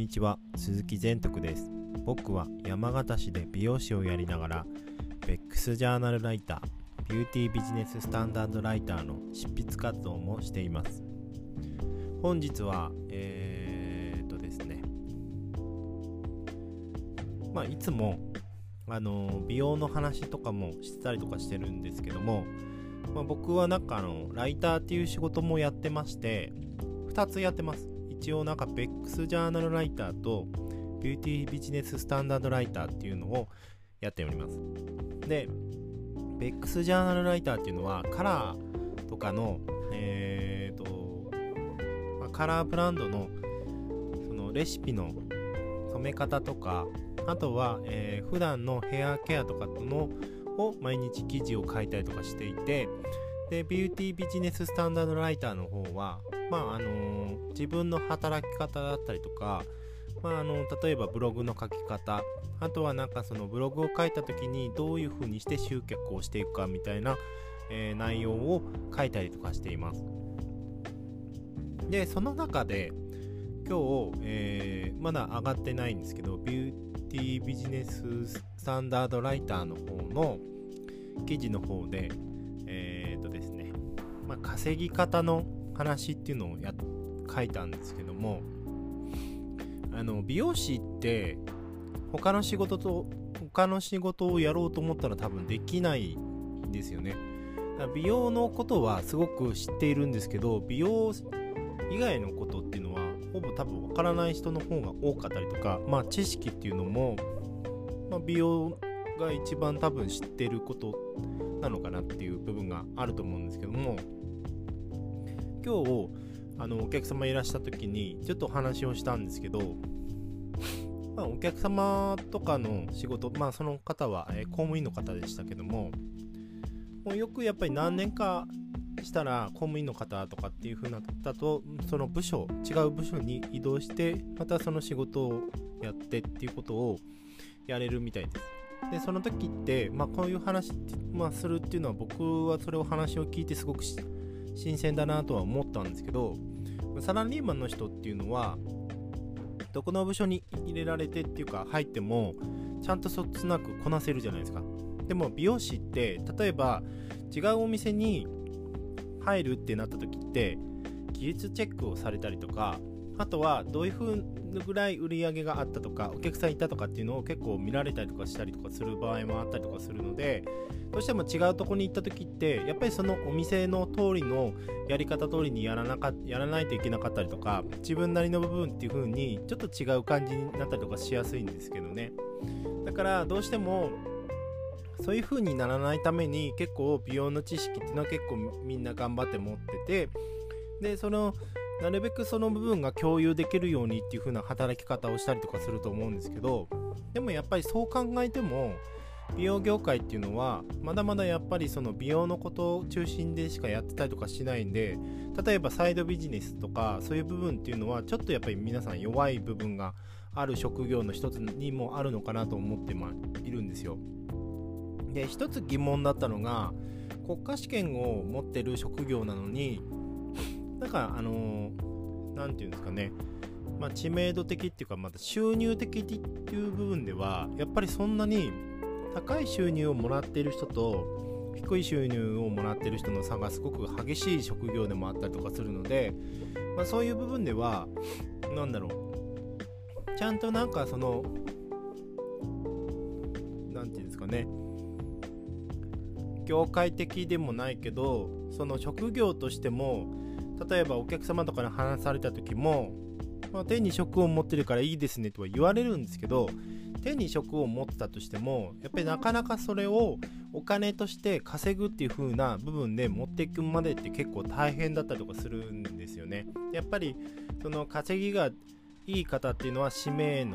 にちは、鈴木善徳です。僕は山形市で美容師をやりながらベックスジャーナルライター、ビューティービジネススタンダードライターの執筆活動もしています。本日はですね、いつも美容の話とかもしてたりとかしてるんですけども、僕はライターっていう仕事もやってまして、2つやってます。一応ベックスジャーナルライターとビューティービジネススタンダードライターっていうのをやっております。で、ベックスジャーナルライターっていうのはカラーとかのカラーブランドのそのレシピの染め方とか、あとは、普段のヘアケアとかのを毎日記事を書いたりとかしていて、でビューティービジネススタンダードライターの方は自分の働き方だったりとか、例えばブログの書き方、あとはそのブログを書いた時にどういう風にして集客をしていくかみたいな、内容を書いたりとかしています。でその中で今日、まだ上がってないんですけど、ビューティービジネススタンダードライターの方の記事の方でですね、稼ぎ方の話っていうのを書いたんですけども、美容師って他の仕事をやろうと思ったら多分できないんですよね。美容のことはすごく知っているんですけど、美容以外のことっていうのはほぼ多分わからない人の方が多かったりとか、知識っていうのも、美容が一番多分知ってることなのかなっていう部分があると思うんですけども、今日お客様いらした時にちょっとお話をしたんですけど、お客様とかの仕事、その方は、公務員の方でしたけども、よくやっぱり何年かしたら公務員の方とかっていう風な方とその違う部署に移動してまたその仕事をやってっていうことをやれるみたいです。でその時って、こういう話、するっていうのは、僕はそれを話を聞いてすごく新鮮だなとは思ったんですけど、サラリーマンの人っていうのはどこの部署に入れられてっていうか入ってもちゃんとそつなくこなせるじゃないですか。でも美容師って例えば違うお店に入るってなった時って技術チェックをされたりとか、あとはどういう風ぐらい売り上げがあったとかお客さんいたとかっていうのを結構見られたりとかしたりとかする場合もあったりとかするので、どうしても違うとこに行った時ってやっぱりそのお店の通りのやり方通りにやらないといけなかったりとか、自分なりの部分っていう風にちょっと違う感じになったりとかしやすいんですけどね。だからどうしてもそういう風にならないために結構美容の知識っていうのは結構みんな頑張って持ってて、でなるべくその部分が共有できるようにっていう風な働き方をしたりとかすると思うんですけど、でもやっぱりそう考えても美容業界っていうのはまだまだやっぱりその美容のことを中心でしかやってたりとかしないんで、例えばサイドビジネスとかそういう部分っていうのはちょっとやっぱり皆さん弱い部分がある職業の一つにもあるのかなと思っているんですよ。で一つ疑問だったのが、国家試験を持ってる職業なのになんていうんですかね、知名度的っていうか収入的っていう部分ではやっぱりそんなに高い収入をもらっている人と低い収入をもらっている人の差がすごく激しい職業でもあったりとかするので、そういう部分ではちゃんとそのなんていうんですかね、業界的でもないけどその職業としても、例えばお客様とかに話された時も、手に職を持ってるからいいですねとは言われるんですけど、手に職を持ってたとしてもやっぱりなかなかそれをお金として稼ぐっていう風な部分で持っていくまでって結構大変だったりとかするんですよね。やっぱりその稼ぎがいい方っていうのは氏名の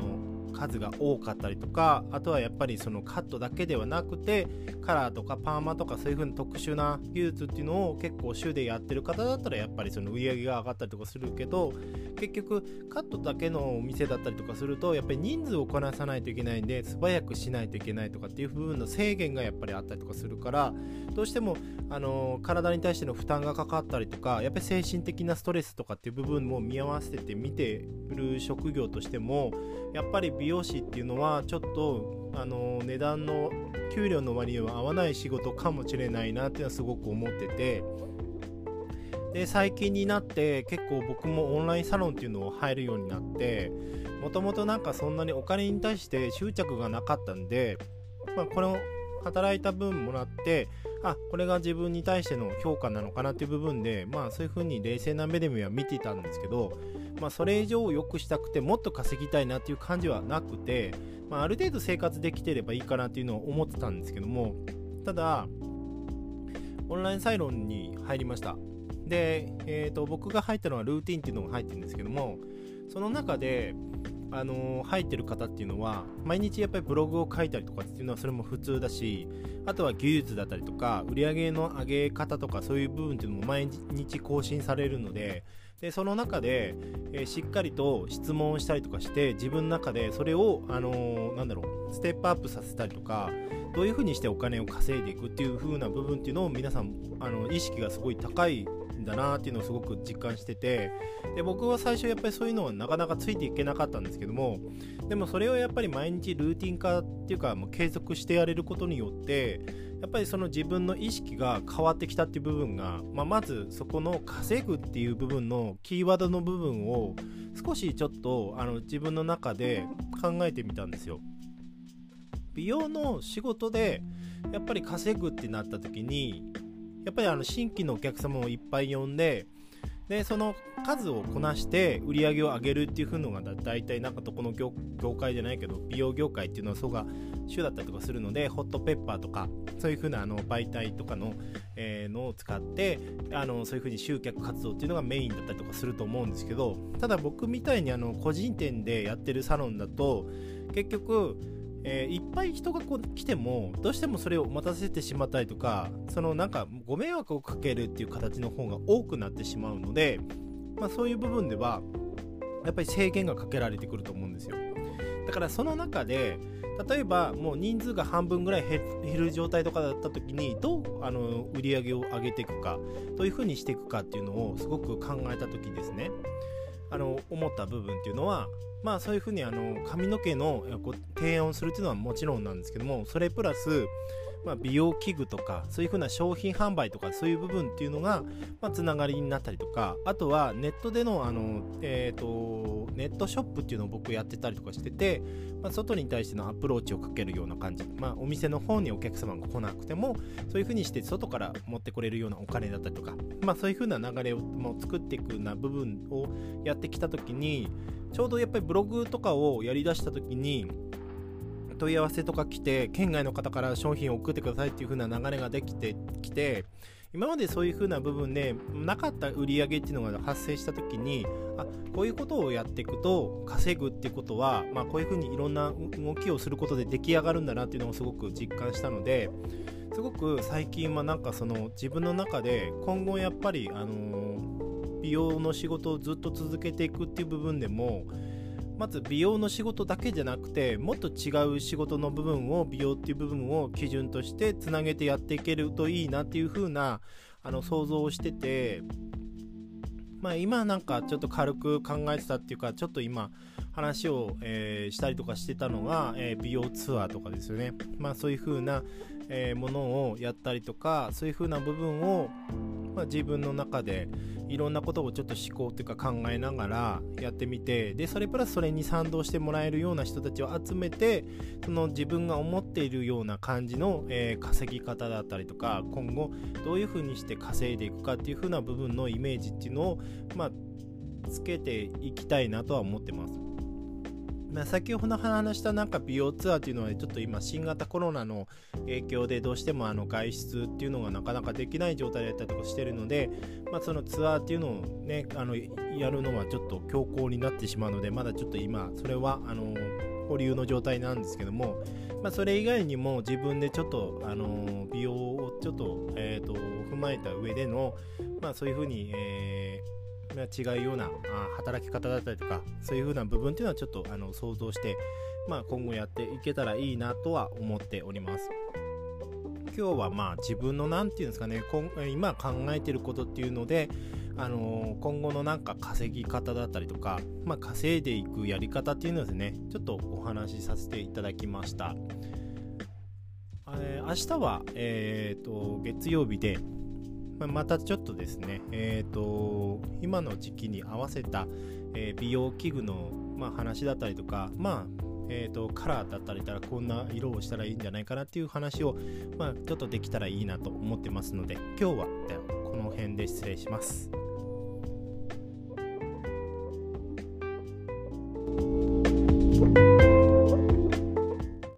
数が多かったりとか、あとはやっぱりそのカットだけではなくてカラーとかパーマとかそういう風に特殊な技術っていうのを結構週でやってる方だったらやっぱりその売り上げが上がったりとかするけど、結局カットだけのお店だったりとかするとやっぱり人数をこなさないといけないんで素早くしないといけないとかっていう部分の制限がやっぱりあったりとかするから、どうしても体に対しての負担がかかったりとか、やっぱり精神的なストレスとかっていう部分も見合わせて見てる職業としても、やっぱり美容師っていうのはちょっと値段の給料の割には合わない仕事かもしれないなっていうのはすごく思ってて、で最近になって結構僕もオンラインサロンっていうのを入るようになって、もともとなんかそんなにお金に対して執着がなかったんで、この働いた分もらって、これが自分に対しての評価なのかなっていう部分で、そういう風に冷静な目では見ていたんですけど、それ以上良くしたくてもっと稼ぎたいなっていう感じはなくて、ある程度生活できてればいいかなっていうのを思ってたんですけども、ただオンラインサロンに入りました。で、僕が入ったのはルーティンっていうのが入ってるんですけども、その中で入ってる方っていうのは毎日やっぱりブログを書いたりとかっていうのはそれも普通だし、あとは技術だったりとか売上の上げ方とかそういう部分っていうのも毎日更新されるので、その中で、しっかりと質問をしたりとかして自分の中でそれをステップアップさせたりとか、どういう風にしてお金を稼いでいくっていう風な部分っていうのを皆さん意識がすごい高いんだなっていうのをすごく実感してて、で僕は最初やっぱりそういうのはなかなかついていけなかったんですけども、でもそれをやっぱり毎日ルーティン化っていうかもう継続してやれることによってやっぱりその自分の意識が変わってきたっていう部分が、まずそこの稼ぐっていう部分のキーワードの部分を少しちょっと自分の中で考えてみたんですよ。美容の仕事でやっぱり稼ぐってなった時に、やっぱり新規のお客様をいっぱい呼んで、その数をこなして売り上げを上げるっていう風のが大体なんかどこの 業界じゃないけど美容業界っていうのはそこが主だったりとかするので、ホットペッパーとかそういう風な媒体とかの、のを使ってそういう風に集客活動っていうのがメインだったりとかすると思うんですけど、ただ僕みたいに個人店でやってるサロンだと結局いっぱい人が来てもどうしてもそれを待たせてしまったりとか、なんかご迷惑をかけるっていう形の方が多くなってしまうので、そういう部分ではやっぱり制限がかけられてくると思うんですよ。だからその中で例えばもう人数が半分ぐらい減る状態とかだった時にどう売り上げを上げていくか、どういう風にしていくかっていうのをすごく考えた時ですね、思った部分っていうのは、そういうふうに髪の毛の提案をするっていうのはもちろんなんですけども、それプラス、美容器具とかそういうふうな商品販売とかそういう部分っていうのが、つながりになったりとか、あとはネットでのネットショップっていうのを僕やってたりとかしてて、外に対してのアプローチをかけるような感じ、お店の方にお客様が来なくてもそういうふうにして外から持ってこれるようなお金だったりとか、そういうふうな流れをもう作っていくような部分をやってきた時に、ちょうどやっぱりブログとかをやりだした時に問い合わせとか来て、県外の方から商品を送ってくださいっていう風な流れができてきて、今までそういう風な部分でなかった売り上げっていうのが発生した時に、こういうことをやっていくと稼ぐっていうことは、こういう風にいろんな動きをすることで出来上がるんだなっていうのをすごく実感したので、すごく最近はなんかその自分の中で今後やっぱり美容の仕事をずっと続けていくっていう部分でも、まず美容の仕事だけじゃなくてもっと違う仕事の部分を、美容っていう部分を基準としてつなげてやっていけるといいなっていう風な想像をしてて、今なんかちょっと軽く考えてたっていうか、ちょっと今話を、したりとかしてたのが、美容ツアーとかですよね。そういう風な、ものをやったりとか、そういう風な部分を、自分の中でいろんなことをちょっと思考というか考えながらやってみて、でそれプラスそれに賛同してもらえるような人たちを集めて、その自分が思っているような感じの、稼ぎ方だったりとか、今後どういう風にして稼いでいくかっていう風な部分のイメージっていうのをつけていきたいなとは思ってます。先ほど話したなんか美容ツアーっていうのはちょっと今新型コロナの影響でどうしても外出っていうのがなかなかできない状態だったりとかしてるので、そのツアーっていうのをねやるのはちょっと強行になってしまうので、まだちょっと今それは保留の状態なんですけども、それ以外にも自分でちょっと、美容をちょっと、踏まえた上での、そういうふうに、違うような働き方だったりとか、そういうふうな部分っていうのはちょっと想像して、今後やっていけたらいいなとは思っております。今日は自分のなんていうんですかね、今考えていることっていうので、今後のなんか稼ぎ方だったりとか、稼いでいくやり方っていうのをですね、ちょっとお話しさせていただきました。明日は、月曜日で、またちょっとですね、今の時期に合わせた、美容器具の、話だったりとか、カラーだったりこんな色をしたらいいんじゃないかなっていう話を、ちょっとできたらいいなと思ってますので、今日はこの辺で失礼します。